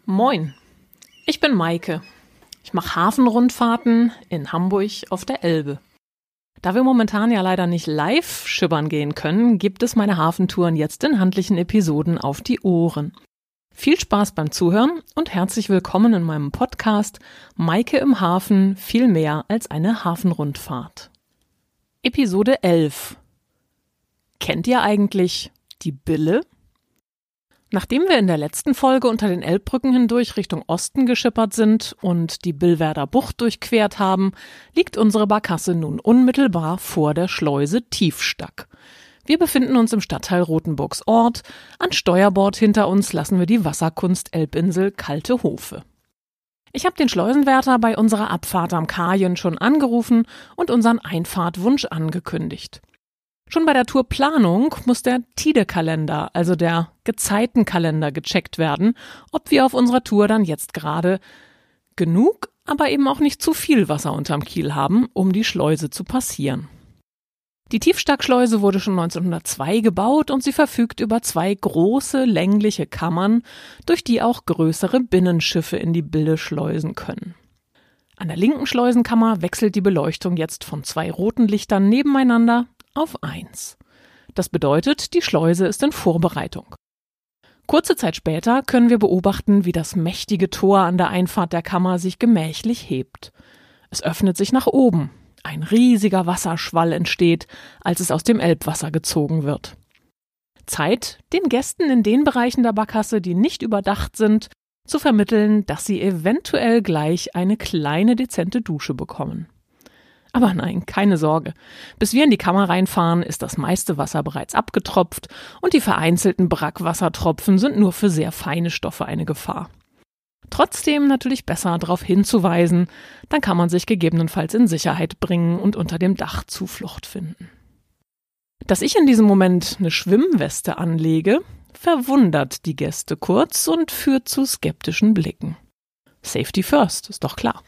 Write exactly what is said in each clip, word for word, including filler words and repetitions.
Moin, ich bin Maike. Ich mache Hafenrundfahrten in Hamburg auf der Elbe. Da wir momentan ja leider nicht live schippern gehen können, gibt es meine Hafentouren jetzt in handlichen Episoden auf die Ohren. Viel Spaß beim Zuhören und herzlich willkommen in meinem Podcast Maike im Hafen, viel mehr als eine Hafenrundfahrt. Episode elf. Kennt ihr eigentlich die Bille? Nachdem wir in der letzten Folge unter den Elbbrücken hindurch Richtung Osten geschippert sind und die Billwerder Bucht durchquert haben, liegt unsere Barkasse nun unmittelbar vor der Schleuse Tiefstack. Wir befinden uns im Stadtteil Rothenburgs Ort. An Steuerbord hinter uns lassen wir die Wasserkunst Elbinsel Kalte Hofe. Ich habe den Schleusenwärter bei unserer Abfahrt am Kajen schon angerufen und unseren Einfahrtwunsch angekündigt. Schon bei der Tourplanung muss der Tidekalender, also der Gezeitenkalender, gecheckt werden, ob wir auf unserer Tour dann jetzt gerade genug, aber eben auch nicht zu viel Wasser unterm Kiel haben, um die Schleuse zu passieren. Die Tiefstackschleuse wurde schon neunzehnhundertzwei gebaut und sie verfügt über zwei große längliche Kammern, durch die auch größere Binnenschiffe in die Bille schleusen können. An der linken Schleusenkammer wechselt die Beleuchtung jetzt von zwei roten Lichtern nebeneinander auf eins. Das bedeutet, die Schleuse ist in Vorbereitung. Kurze Zeit später können wir beobachten, wie das mächtige Tor an der Einfahrt der Kammer sich gemächlich hebt. Es öffnet sich nach oben. Ein riesiger Wasserschwall entsteht, als es aus dem Elbwasser gezogen wird. Zeit, den Gästen in den Bereichen der Barkasse, die nicht überdacht sind, zu vermitteln, dass sie eventuell gleich eine kleine dezente Dusche bekommen. Aber nein, keine Sorge. Bis wir in die Kammer reinfahren, ist das meiste Wasser bereits abgetropft und die vereinzelten Brackwassertropfen sind nur für sehr feine Stoffe eine Gefahr. Trotzdem natürlich besser darauf hinzuweisen, dann kann man sich gegebenenfalls in Sicherheit bringen und unter dem Dach Zuflucht finden. Dass ich in diesem Moment eine Schwimmweste anlege, verwundert die Gäste kurz und führt zu skeptischen Blicken. Safety first, ist doch klar.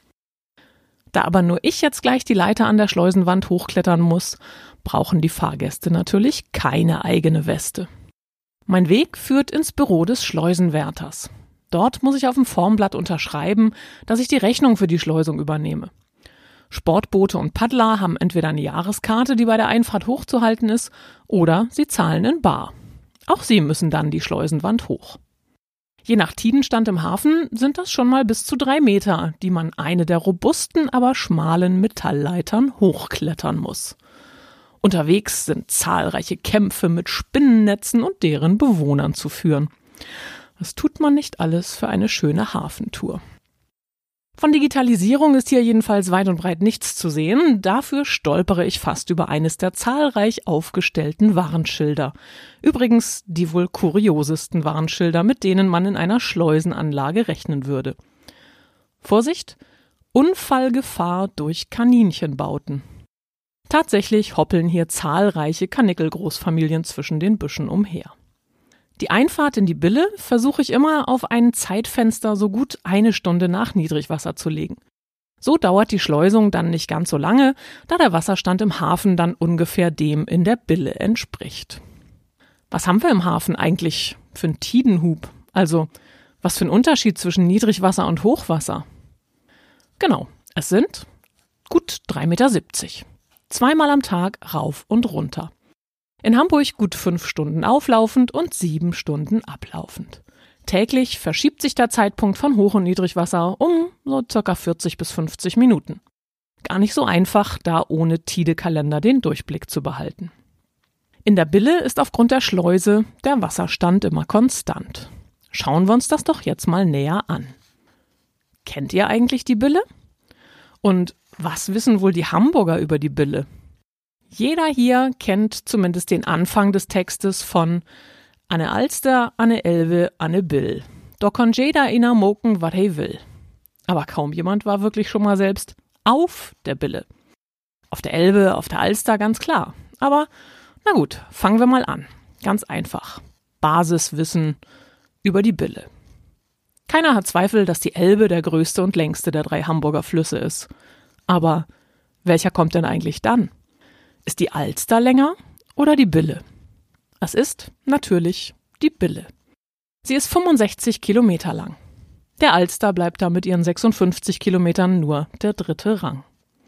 Da aber nur ich jetzt gleich die Leiter an der Schleusenwand hochklettern muss, brauchen die Fahrgäste natürlich keine eigene Weste. Mein Weg führt ins Büro des Schleusenwärters. Dort muss ich auf dem Formblatt unterschreiben, dass ich die Rechnung für die Schleusung übernehme. Sportboote und Paddler haben entweder eine Jahreskarte, die bei der Einfahrt hochzuhalten ist, oder sie zahlen in bar. Auch sie müssen dann die Schleusenwand hoch. Je nach Tidenstand im Hafen sind das schon mal bis zu drei Meter, die man eine der robusten, aber schmalen Metallleitern hochklettern muss. Unterwegs sind zahlreiche Kämpfe mit Spinnennetzen und deren Bewohnern zu führen. Das tut man nicht alles für eine schöne Hafentour. Von Digitalisierung ist hier jedenfalls weit und breit nichts zu sehen. Dafür stolpere ich fast über eines der zahlreich aufgestellten Warnschilder. Übrigens die wohl kuriosesten Warnschilder, mit denen man in einer Schleusenanlage rechnen würde. Vorsicht! Unfallgefahr durch Kaninchenbauten. Tatsächlich hoppeln hier zahlreiche Karnickel-Großfamilien zwischen den Büschen umher. Die Einfahrt in die Bille versuche ich immer auf ein Zeitfenster so gut eine Stunde nach Niedrigwasser zu legen. So dauert die Schleusung dann nicht ganz so lange, da der Wasserstand im Hafen dann ungefähr dem in der Bille entspricht. Was haben wir im Hafen eigentlich für einen Tidenhub? Also, was für ein Unterschied zwischen Niedrigwasser und Hochwasser? Genau, es sind gut drei Meter siebzig. Zweimal am Tag rauf und runter. In Hamburg gut fünf Stunden auflaufend und sieben Stunden ablaufend. Täglich verschiebt sich der Zeitpunkt von Hoch- und Niedrigwasser um so circa vierzig bis fünfzig Minuten. Gar nicht so einfach, da ohne Tidekalender den Durchblick zu behalten. In der Bille ist aufgrund der Schleuse der Wasserstand immer konstant. Schauen wir uns das doch jetzt mal näher an. Kennt ihr eigentlich die Bille? Und was wissen wohl die Hamburger über die Bille? Jeder hier kennt zumindest den Anfang des Textes von Anne Alster, Anne Elbe, Anne Bill. Da kann jeder inner moken, wat he will. Aber kaum jemand war wirklich schon mal selbst auf der Bille. Auf der Elbe, auf der Alster, ganz klar. Aber na gut, fangen wir mal an. Ganz einfach. Basiswissen über die Bille. Keiner hat Zweifel, dass die Elbe der größte und längste der drei Hamburger Flüsse ist. Aber welcher kommt denn eigentlich dann? Ist die Alster länger oder die Bille? Es ist natürlich die Bille. Sie ist fünfundsechzig Kilometer lang. Der Alster bleibt da mit ihren sechsundfünfzig Kilometern nur der dritte Rang.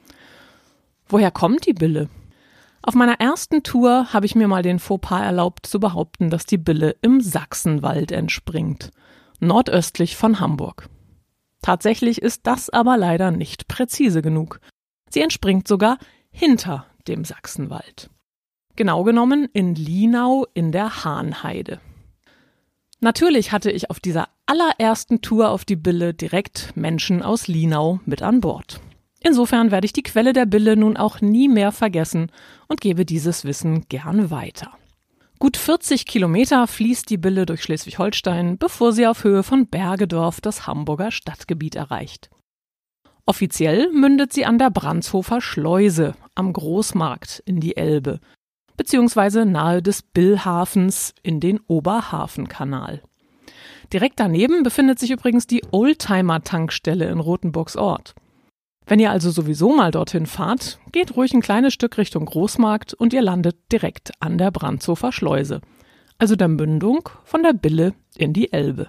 Woher kommt die Bille? Auf meiner ersten Tour habe ich mir mal den Fauxpas erlaubt zu behaupten, dass die Bille im Sachsenwald entspringt, nordöstlich von Hamburg. Tatsächlich ist das aber leider nicht präzise genug. Sie entspringt sogar hinter dem Sachsenwald. Genau genommen in Linau in der Hahnheide. Natürlich hatte ich auf dieser allerersten Tour auf die Bille direkt Menschen aus Linau mit an Bord. Insofern werde ich die Quelle der Bille nun auch nie mehr vergessen und gebe dieses Wissen gern weiter. Gut vierzig Kilometer fließt die Bille durch Schleswig-Holstein, bevor sie auf Höhe von Bergedorf das Hamburger Stadtgebiet erreicht. Offiziell mündet sie an der Brandshofer Schleuse am Großmarkt in die Elbe, beziehungsweise nahe des Billhafens in den Oberhafenkanal. Direkt daneben befindet sich übrigens die Oldtimer-Tankstelle in Rothenburgs Ort. Wenn ihr also sowieso mal dorthin fahrt, geht ruhig ein kleines Stück Richtung Großmarkt und ihr landet direkt an der Brandshofer Schleuse, also der Mündung von der Bille in die Elbe.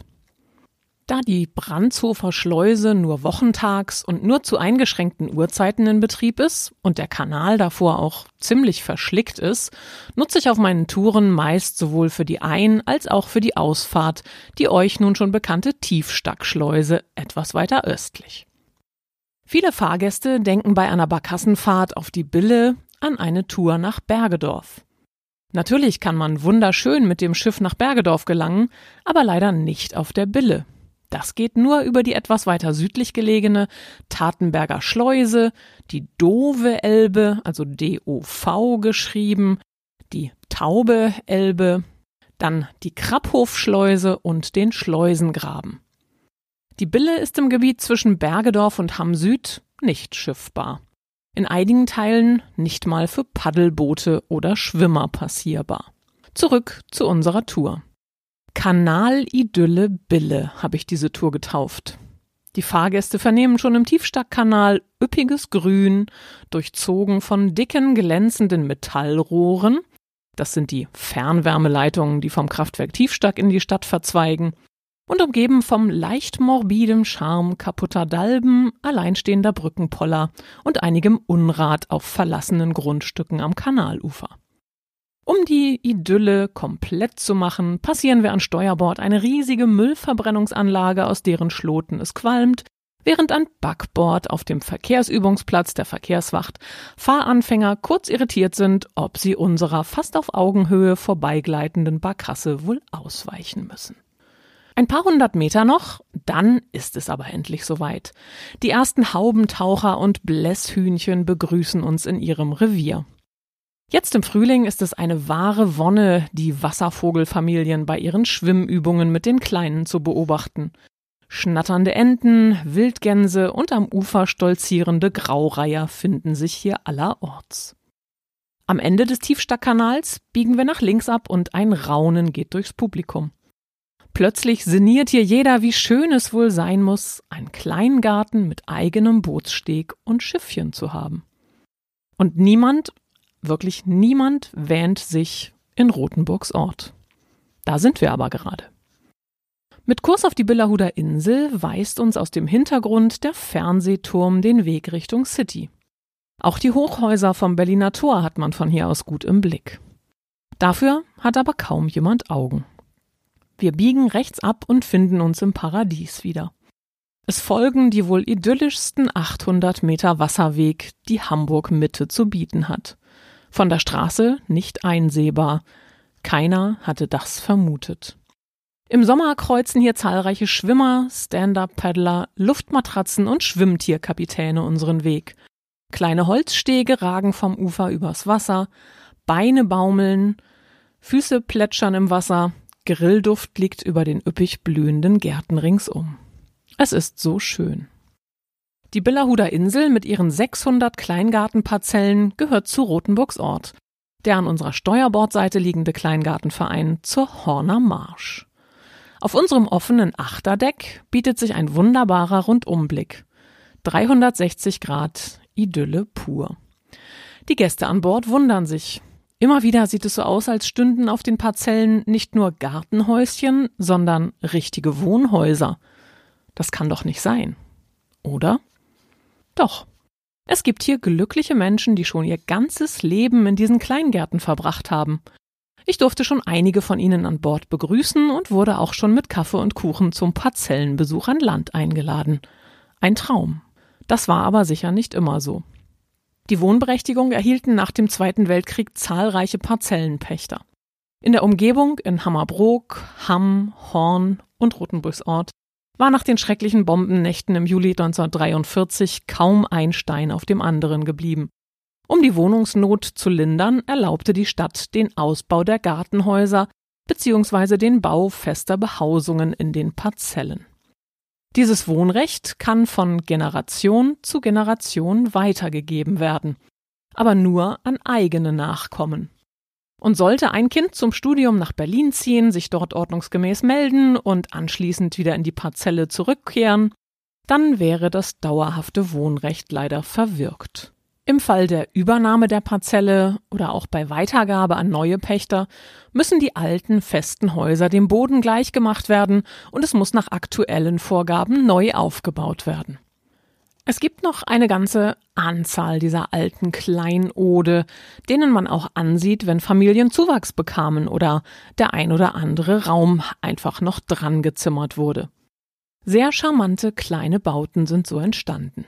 Da die Brandshofer Schleuse nur wochentags und nur zu eingeschränkten Uhrzeiten in Betrieb ist und der Kanal davor auch ziemlich verschlickt ist, nutze ich auf meinen Touren meist sowohl für die Ein- als auch für die Ausfahrt die euch nun schon bekannte Tiefstackschleuse etwas weiter östlich. Viele Fahrgäste denken bei einer Barkassenfahrt auf die Bille an eine Tour nach Bergedorf. Natürlich kann man wunderschön mit dem Schiff nach Bergedorf gelangen, aber leider nicht auf der Bille. Das geht nur über die etwas weiter südlich gelegene Tatenberger Schleuse, die Dove Elbe, also D O V geschrieben, die Taube Elbe, dann die Krapphofschleuse und den Schleusengraben. Die Bille ist im Gebiet zwischen Bergedorf und Hamm Süd nicht schiffbar. In einigen Teilen nicht mal für Paddelboote oder Schwimmer passierbar. Zurück zu unserer Tour. Kanalidylle Bille habe ich diese Tour getauft. Die Fahrgäste vernehmen schon im Tiefstackkanal üppiges Grün, durchzogen von dicken, glänzenden Metallrohren. Das sind die Fernwärmeleitungen, die vom Kraftwerk Tiefstack in die Stadt verzweigen. Und umgeben vom leicht morbidem Charme kaputter Dalben, alleinstehender Brückenpoller und einigem Unrat auf verlassenen Grundstücken am Kanalufer. Um die Idylle komplett zu machen, passieren wir an Steuerbord eine riesige Müllverbrennungsanlage, aus deren Schloten es qualmt, während an Backbord auf dem Verkehrsübungsplatz der Verkehrswacht Fahranfänger kurz irritiert sind, ob sie unserer fast auf Augenhöhe vorbeigleitenden Barkasse wohl ausweichen müssen. Ein paar hundert Meter noch, dann ist es aber endlich soweit. Die ersten Haubentaucher und Blässhühnchen begrüßen uns in ihrem Revier. Jetzt im Frühling ist es eine wahre Wonne, die Wasservogelfamilien bei ihren Schwimmübungen mit den Kleinen zu beobachten. Schnatternde Enten, Wildgänse und am Ufer stolzierende Graureiher finden sich hier allerorts. Am Ende des Tiefstackkanals biegen wir nach links ab und ein Raunen geht durchs Publikum. Plötzlich sinniert hier jeder, wie schön es wohl sein muss, einen Kleingarten mit eigenem Bootssteg und Schiffchen zu haben. Und niemand, wirklich niemand wähnt sich in Rothenburgs Ort. Da sind wir aber gerade. Mit Kurs auf die Billerhuder Insel weist uns aus dem Hintergrund der Fernsehturm den Weg Richtung City. Auch die Hochhäuser vom Berliner Tor hat man von hier aus gut im Blick. Dafür hat aber kaum jemand Augen. Wir biegen rechts ab und finden uns im Paradies wieder. Es folgen die wohl idyllischsten achthundert Meter Wasserweg, die Hamburg Mitte zu bieten hat. Von der Straße nicht einsehbar. Keiner hatte das vermutet. Im Sommer kreuzen hier zahlreiche Schwimmer, Stand-up-Paddler, Luftmatratzen und Schwimmtierkapitäne unseren Weg. Kleine Holzstege ragen vom Ufer übers Wasser, Beine baumeln, Füße plätschern im Wasser, Grillduft liegt über den üppig blühenden Gärten ringsum. Es ist so schön. Die Billerhuder Insel mit ihren sechshundert Kleingartenparzellen gehört zu Rothenburgs Ort, der an unserer Steuerbordseite liegende Kleingartenverein zur Horner Marsch. Auf unserem offenen Achterdeck bietet sich ein wunderbarer Rundumblick. dreihundertsechzig Grad Idylle pur. Die Gäste an Bord wundern sich. Immer wieder sieht es so aus, als stünden auf den Parzellen nicht nur Gartenhäuschen, sondern richtige Wohnhäuser. Das kann doch nicht sein. Oder? Doch. Es gibt hier glückliche Menschen, die schon ihr ganzes Leben in diesen Kleingärten verbracht haben. Ich durfte schon einige von ihnen an Bord begrüßen und wurde auch schon mit Kaffee und Kuchen zum Parzellenbesuch an Land eingeladen. Ein Traum. Das war aber sicher nicht immer so. Die Wohnberechtigung erhielten nach dem Zweiten Weltkrieg zahlreiche Parzellenpächter. In der Umgebung in Hammerbrook, Hamm, Horn und Rothenburgsort war nach den schrecklichen Bombennächten im Juli neunzehnhundertdreiundvierzig kaum ein Stein auf dem anderen geblieben. Um die Wohnungsnot zu lindern, erlaubte die Stadt den Ausbau der Gartenhäuser bzw. den Bau fester Behausungen in den Parzellen. Dieses Wohnrecht kann von Generation zu Generation weitergegeben werden, aber nur an eigene Nachkommen. Und sollte ein Kind zum Studium nach Berlin ziehen, sich dort ordnungsgemäß melden und anschließend wieder in die Parzelle zurückkehren, dann wäre das dauerhafte Wohnrecht leider verwirkt. Im Fall der Übernahme der Parzelle oder auch bei Weitergabe an neue Pächter müssen die alten, festen Häuser dem Boden gleichgemacht werden und es muss nach aktuellen Vorgaben neu aufgebaut werden. Es gibt noch eine ganze Anzahl dieser alten Kleinode, denen man auch ansieht, wenn Familien Zuwachs bekamen oder der ein oder andere Raum einfach noch dran gezimmert wurde. Sehr charmante kleine Bauten sind so entstanden.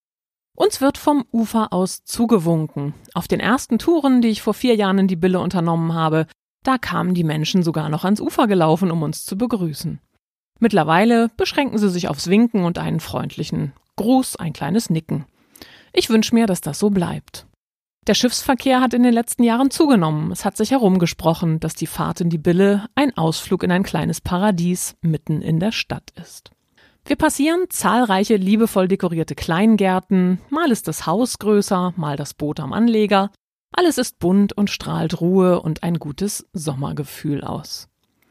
Uns wird vom Ufer aus zugewunken. Auf den ersten Touren, die ich vor vier Jahren in die Bille unternommen habe, da kamen die Menschen sogar noch ans Ufer gelaufen, um uns zu begrüßen. Mittlerweile beschränken sie sich aufs Winken und einen freundlichen Gruß, ein kleines Nicken. Ich wünsche mir, dass das so bleibt. Der Schiffsverkehr hat in den letzten Jahren zugenommen. Es hat sich herumgesprochen, dass die Fahrt in die Bille ein Ausflug in ein kleines Paradies mitten in der Stadt ist. Wir passieren zahlreiche liebevoll dekorierte Kleingärten, mal ist das Haus größer, mal das Boot am Anleger. Alles ist bunt und strahlt Ruhe und ein gutes Sommergefühl aus.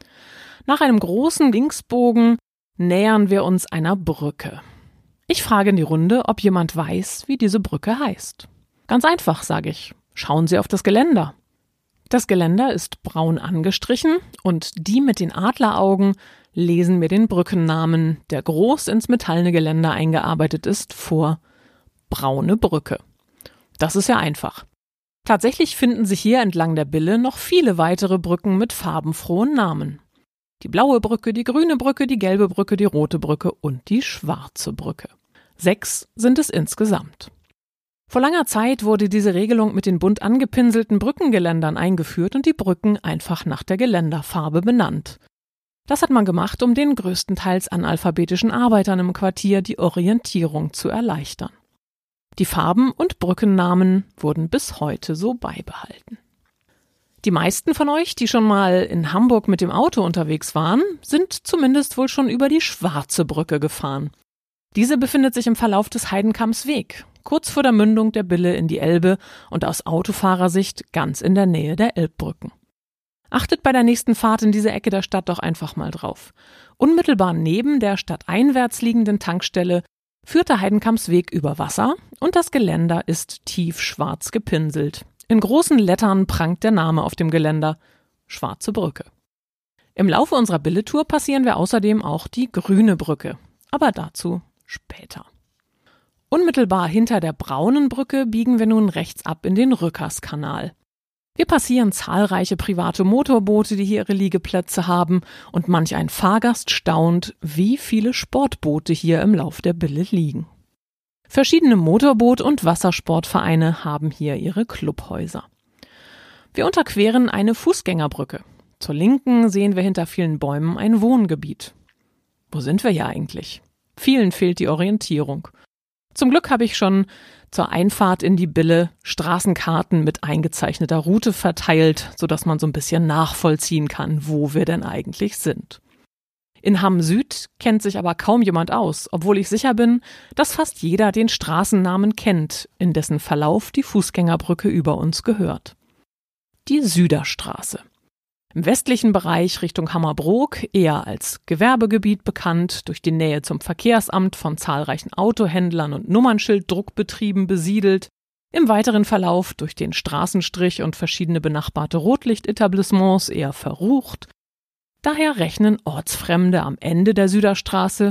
Nach einem großen Linksbogen nähern wir uns einer Brücke. Ich frage in die Runde, ob jemand weiß, wie diese Brücke heißt. Ganz einfach, sage ich. Schauen Sie auf das Geländer. Das Geländer ist braun angestrichen und die mit den Adleraugen lesen mir den Brückennamen, der groß ins metallene Geländer eingearbeitet ist, vor: Braune Brücke. Das ist ja einfach. Tatsächlich finden sich hier entlang der Bille noch viele weitere Brücken mit farbenfrohen Namen. Die blaue Brücke, die grüne Brücke, die gelbe Brücke, die rote Brücke und die schwarze Brücke. Sechs sind es insgesamt. Vor langer Zeit wurde diese Regelung mit den bunt angepinselten Brückengeländern eingeführt und die Brücken einfach nach der Geländerfarbe benannt. Das hat man gemacht, um den größtenteils analphabetischen Arbeitern im Quartier die Orientierung zu erleichtern. Die Farben und Brückennamen wurden bis heute so beibehalten. Die meisten von euch, die schon mal in Hamburg mit dem Auto unterwegs waren, sind zumindest wohl schon über die Schwarze Brücke gefahren. Diese befindet sich im Verlauf des Heidenkamms Weg, kurz vor der Mündung der Bille in die Elbe und aus Autofahrersicht ganz in der Nähe der Elbbrücken. Achtet bei der nächsten Fahrt in diese Ecke der Stadt doch einfach mal drauf. Unmittelbar neben der stadteinwärts liegenden Tankstelle führt der Heidenkamms Weg über Wasser und das Geländer ist tiefschwarz gepinselt. In großen Lettern prangt der Name auf dem Geländer: Schwarze Brücke. Im Laufe unserer Billetour passieren wir außerdem auch die Grüne Brücke, aber dazu später. Unmittelbar hinter der Braunen Brücke biegen wir nun rechts ab in den Rückerskanal. Wir passieren zahlreiche private Motorboote, die hier ihre Liegeplätze haben, und manch ein Fahrgast staunt, wie viele Sportboote hier im Lauf der Bille liegen. Verschiedene Motorboot- und Wassersportvereine haben hier ihre Clubhäuser. Wir unterqueren eine Fußgängerbrücke. Zur Linken sehen wir hinter vielen Bäumen ein Wohngebiet. Wo sind wir hier eigentlich? Vielen fehlt die Orientierung. Zum Glück habe ich schon zur Einfahrt in die Bille Straßenkarten mit eingezeichneter Route verteilt, sodass man so ein bisschen nachvollziehen kann, wo wir denn eigentlich sind. In Hamm Süd kennt sich aber kaum jemand aus, obwohl ich sicher bin, dass fast jeder den Straßennamen kennt, in dessen Verlauf die Fußgängerbrücke über uns gehört. Die Süderstraße. Im westlichen Bereich Richtung Hammerbrook eher als Gewerbegebiet bekannt, durch die Nähe zum Verkehrsamt von zahlreichen Autohändlern und Nummernschilddruckbetrieben besiedelt, im weiteren Verlauf durch den Straßenstrich und verschiedene benachbarte Rotlichtetablissements eher verrucht. Daher rechnen Ortsfremde am Ende der Süderstraße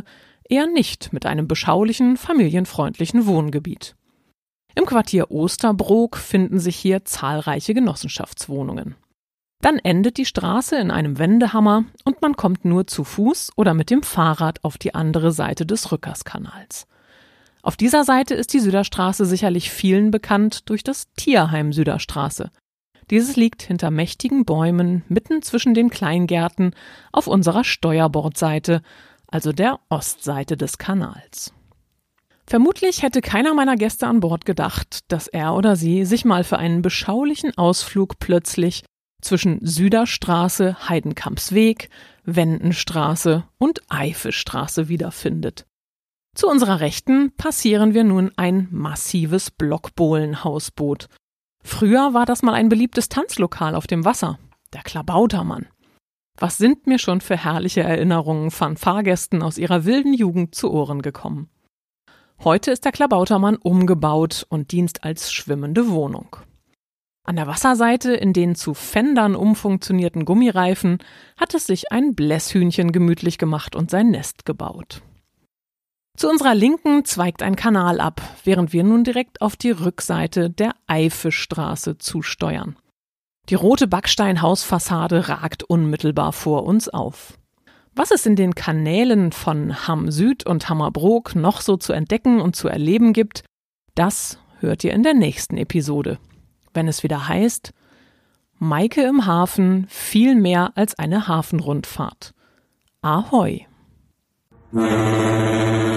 eher nicht mit einem beschaulichen, familienfreundlichen Wohngebiet. Im Quartier Osterbrook finden sich hier zahlreiche Genossenschaftswohnungen. Dann endet die Straße in einem Wendehammer und man kommt nur zu Fuß oder mit dem Fahrrad auf die andere Seite des Rückerskanals. Auf dieser Seite ist die Süderstraße sicherlich vielen bekannt durch das Tierheim Süderstraße. Dieses liegt hinter mächtigen Bäumen mitten zwischen den Kleingärten auf unserer Steuerbordseite, also der Ostseite des Kanals. Vermutlich hätte keiner meiner Gäste an Bord gedacht, dass er oder sie sich mal für einen beschaulichen Ausflug plötzlich zwischen Süderstraße, Heidenkampsweg, Wendenstraße und Eifelstraße wiederfindet. Zu unserer Rechten passieren wir nun ein massives Blockbohlenhausboot. Früher war das mal ein beliebtes Tanzlokal auf dem Wasser, der Klabautermann. Was sind mir schon für herrliche Erinnerungen von Fahrgästen aus ihrer wilden Jugend zu Ohren gekommen. Heute ist der Klabautermann umgebaut und dient als schwimmende Wohnung. An der Wasserseite, in den zu Fendern umfunktionierten Gummireifen, hat es sich ein Blässhühnchen gemütlich gemacht und sein Nest gebaut. Zu unserer Linken zweigt ein Kanal ab, während wir nun direkt auf die Rückseite der Eifelstraße zusteuern. Die rote Backsteinhausfassade ragt unmittelbar vor uns auf. Was es in den Kanälen von Hamm Süd und Hammerbrook noch so zu entdecken und zu erleben gibt, das hört ihr in der nächsten Episode, wenn es wieder heißt: Maike im Hafen, viel mehr als eine Hafenrundfahrt. Ahoi!